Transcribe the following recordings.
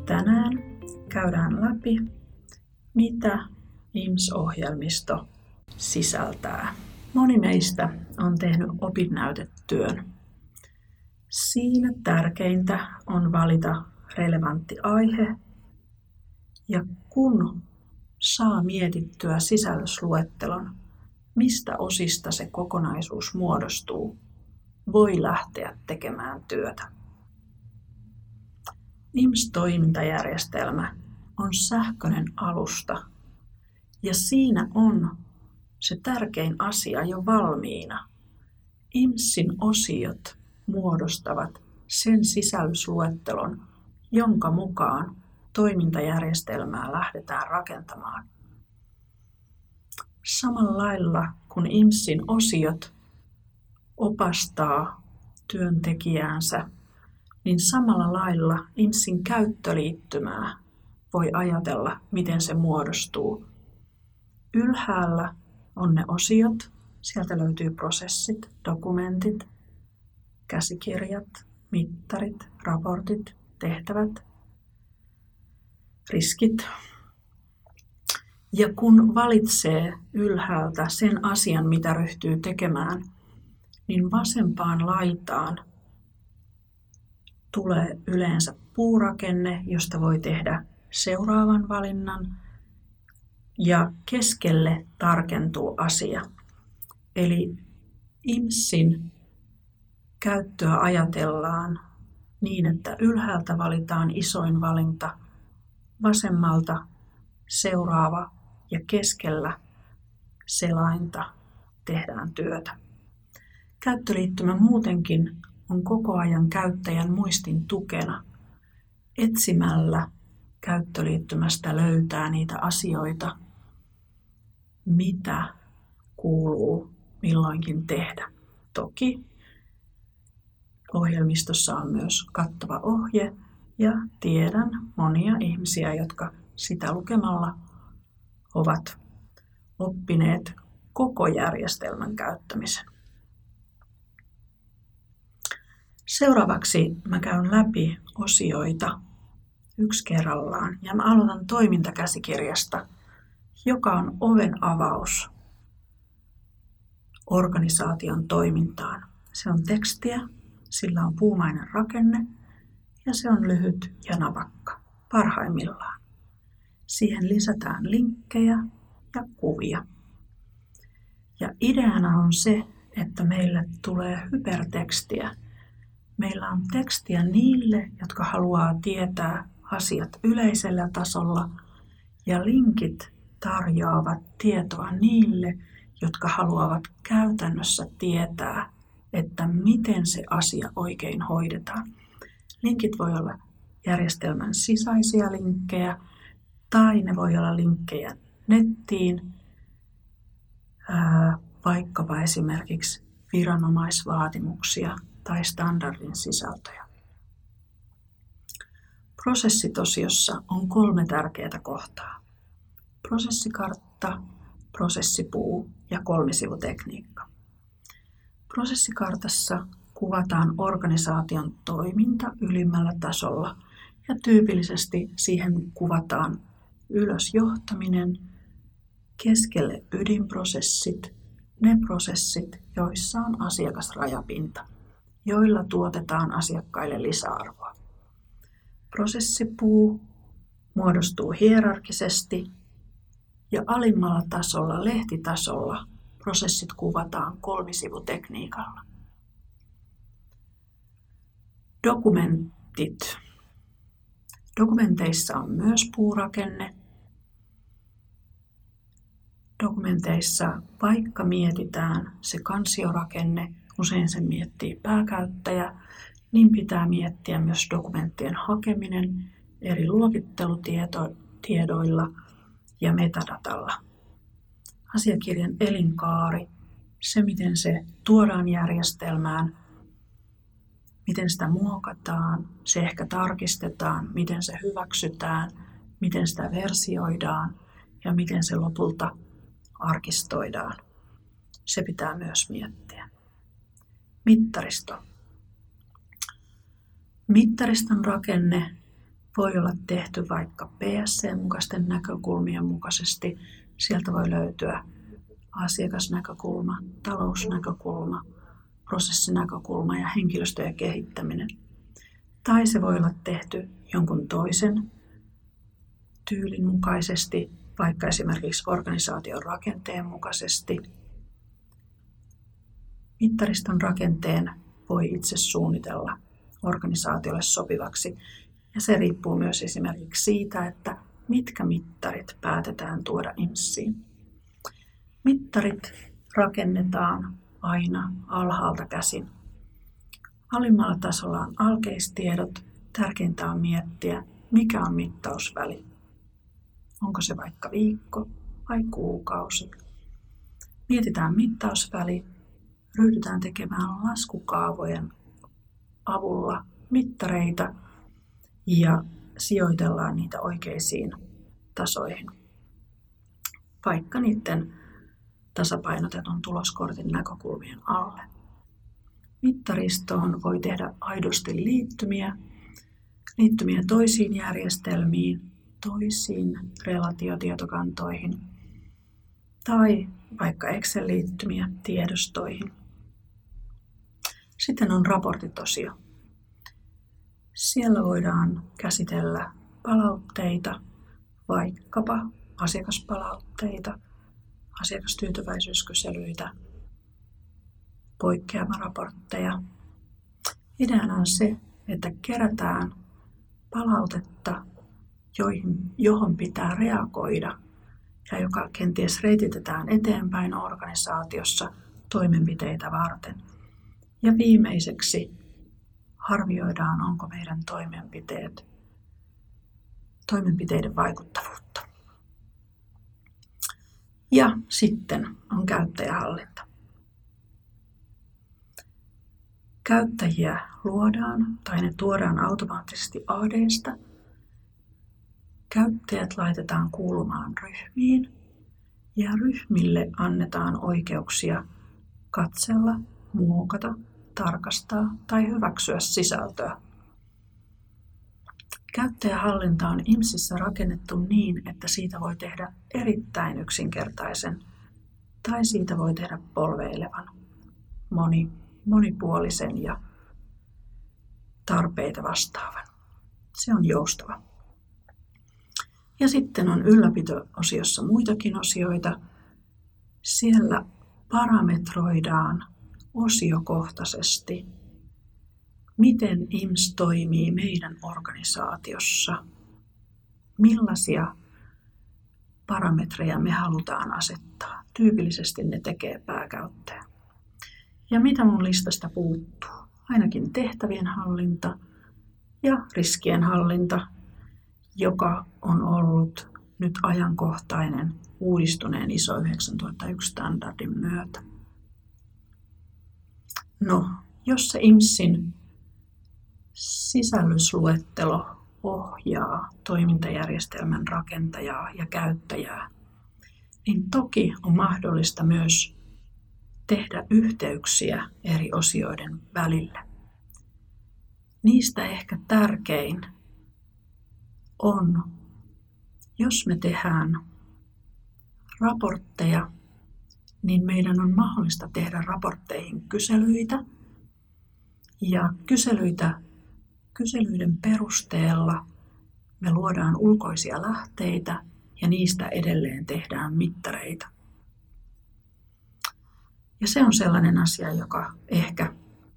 Tänään käydään läpi, mitä IMS-ohjelmisto sisältää. Moni meistä on tehnyt opinnäytetyön. Siinä tärkeintä on valita relevantti aihe, ja kun saa mietittyä sisällysluettelon, mistä osista se kokonaisuus muodostuu, voi lähteä tekemään työtä. IMS-toimintajärjestelmä on sähköinen alusta, ja siinä on se tärkein asia jo valmiina. IMSin osiot muodostavat sen sisällysluettelon, jonka mukaan toimintajärjestelmää lähdetään rakentamaan. Samalla lailla kun IMSin osiot opastaa työntekijäänsä, niin samalla lailla IMSin käyttöliittymää voi ajatella, miten se muodostuu. Ylhäällä on ne osiot, sieltä löytyy prosessit, dokumentit, käsikirjat, mittarit, raportit, tehtävät, riskit. Ja kun valitsee ylhäältä sen asian, mitä ryhtyy tekemään, niin vasempaan laitaan tulee yleensä puurakenne, josta voi tehdä seuraavan valinnan, ja keskelle tarkentuu asia. Eli IMSin käyttöä ajatellaan niin, että ylhäältä valitaan isoin valinta, vasemmalta seuraava ja keskellä selainta tehdään työtä. Käyttöliittymä muutenkin on koko ajan käyttäjän muistin tukena. Etsimällä käyttöliittymästä löytää niitä asioita, mitä kuuluu milloinkin tehdä. Toki ohjelmistossa on myös kattava ohje, ja tiedän monia ihmisiä, jotka sitä lukemalla ovat oppineet koko järjestelmän käyttämisen. Seuraavaksi mä käyn läpi osioita yksi kerrallaan, ja mä aloitan toimintakäsikirjasta, joka on oven avaus organisaation toimintaan. Se on tekstiä, sillä on puumainen rakenne ja se on lyhyt ja napakka parhaimmillaan. Siihen lisätään linkkejä ja kuvia. Ja ideana on se, että meille tulee hypertekstiä. Meillä on tekstiä niille, jotka haluaa tietää asiat yleisellä tasolla, ja linkit tarjoavat tietoa niille, jotka haluavat käytännössä tietää, että miten se asia oikein hoidetaan. Linkit voi olla järjestelmän sisäisiä linkkejä, tai ne voi olla linkkejä nettiin, vaikkapa esimerkiksi viranomaisvaatimuksia tai standardin sisältöjä. Prosessitosiossa on 3 tärkeää kohtaa. Prosessikartta, prosessipuu ja 3-sivutekniikka. Prosessikartassa kuvataan organisaation toiminta ylimmällä tasolla, ja tyypillisesti siihen kuvataan ylös johtaminen, keskelle ydinprosessit, ne prosessit, joissa on asiakasrajapinta, joilla tuotetaan asiakkaille lisäarvoa. Prosessipuu muodostuu hierarkisesti, ja alimmalla tasolla, lehtitasolla, prosessit kuvataan 3-sivutekniikalla. Dokumentit. Dokumenteissa on myös puurakenne. Dokumenteissa, vaikka mietitään se kansiorakenne, usein sen miettii pääkäyttäjä, niin pitää miettiä myös dokumenttien hakeminen eri luokittelutiedoilla ja metadatalla. Asiakirjan elinkaari, se miten se tuodaan järjestelmään, miten sitä muokataan, se ehkä tarkistetaan, miten se hyväksytään, miten sitä versioidaan ja miten se lopulta arkistoidaan. Se pitää myös miettiä. Mittaristo. Mittariston rakenne voi olla tehty vaikka PSC-mukaisten näkökulmien mukaisesti. Sieltä voi löytyä asiakasnäkökulma, talousnäkökulma, prosessinäkökulma ja henkilöstöjen kehittäminen. Tai se voi olla tehty jonkun toisen tyylin mukaisesti, vaikka esimerkiksi organisaation rakenteen mukaisesti. Mittariston rakenteen voi itse suunnitella organisaatiolle sopivaksi. Ja se riippuu myös esimerkiksi siitä, että mitkä mittarit päätetään tuoda IMSSiin. Mittarit rakennetaan aina alhaalta käsin. Alimmalla tasolla on alkeistiedot. Tärkeintä on miettiä, mikä on mittausväli. Onko se vaikka viikko vai kuukausi? Mietitään mittausväli. Ryhdytään tekemään laskukaavojen avulla mittareita ja sijoitellaan niitä oikeisiin tasoihin, vaikka niiden tasapainotetun tuloskortin näkökulmien alle. Mittaristoon voi tehdä aidosti liittymiä toisiin järjestelmiin, toisiin relaatiotietokantoihin tai vaikka Excel-liittymiä tiedostoihin. Sitten on raportit-osio. Siellä voidaan käsitellä palautteita, vaikkapa asiakaspalautteita, asiakastyytyväisyyskyselyitä, poikkeamaraportteja. Ideana on se, että kerätään palautetta, johon pitää reagoida ja joka kenties reititetään eteenpäin organisaatiossa toimenpiteitä varten. Ja viimeiseksi arvioidaan, onko meidän toimenpiteiden vaikuttavuutta. Ja sitten on käyttäjähallinta. Käyttäjiä luodaan tai ne tuodaan automaattisesti AD:sta. Käyttäjät laitetaan kuulumaan ryhmiin ja ryhmille annetaan oikeuksia katsella, muokata, tarkastaa tai hyväksyä sisältöä. Käyttäjähallinta on IMSSissä rakennettu niin, että siitä voi tehdä erittäin yksinkertaisen tai siitä voi tehdä polveilevan, monipuolisen ja tarpeita vastaavan. Se on joustava. Ja sitten on ylläpito-osiossa muitakin osioita. Siellä parametroidaan osiokohtaisesti, miten IMSS toimii meidän organisaatiossa, millaisia parametreja me halutaan asettaa. Tyypillisesti ne tekee pääkäyttäjä. Ja mitä mun listasta puuttuu? Ainakin tehtävien hallinta ja riskien hallinta, joka on ollut nyt ajankohtainen uudistuneen ISO 9001 standardin myötä. No, jos se IMSSin sisällysluettelo ohjaa toimintajärjestelmän rakentajaa ja käyttäjää, niin toki on mahdollista myös tehdä yhteyksiä eri osioiden välillä. Niistä ehkä tärkein on, jos me tehdään raportteja, niin meidän on mahdollista tehdä raportteihin kyselyitä. Ja kyselyiden perusteella me luodaan ulkoisia lähteitä ja niistä edelleen tehdään mittareita. Ja se on sellainen asia, joka ehkä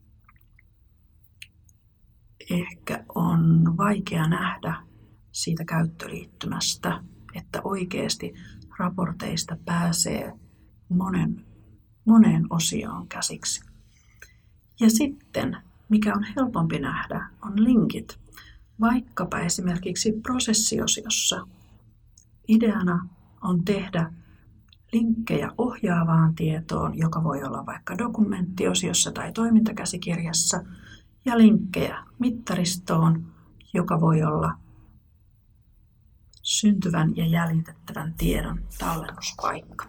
on vaikea nähdä siitä käyttöliittymästä, että oikeasti raporteista pääsee moneen osioon käsiksi. Ja sitten, mikä on helpompi nähdä, on linkit. Vaikkapa esimerkiksi prosessiosiossa ideana on tehdä linkkejä ohjaavaan tietoon, joka voi olla vaikka dokumenttiosiossa tai toimintakäsikirjassa, ja linkkejä mittaristoon, joka voi olla syntyvän ja jäljitettävän tiedon tallennuspaikka.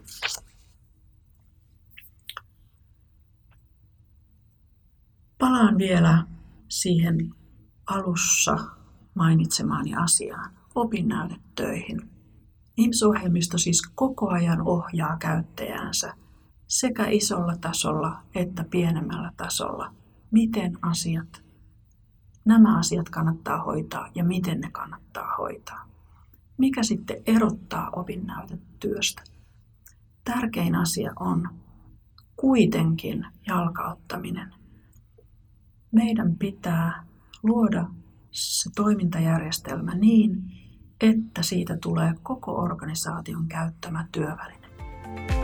Palaan vielä siihen alussa mainitsemaani asiaan, opinnäytetöihin. IMS-ohjelmisto siis koko ajan ohjaa käyttäjäänsä sekä isolla tasolla että pienemmällä tasolla, miten nämä asiat kannattaa hoitaa ja miten ne kannattaa hoitaa. Mikä sitten erottaa opinnäytetyöstä? Tärkein asia on kuitenkin jalkauttaminen. Meidän pitää luoda se toimintajärjestelmä niin, että siitä tulee koko organisaation käyttämä työväline.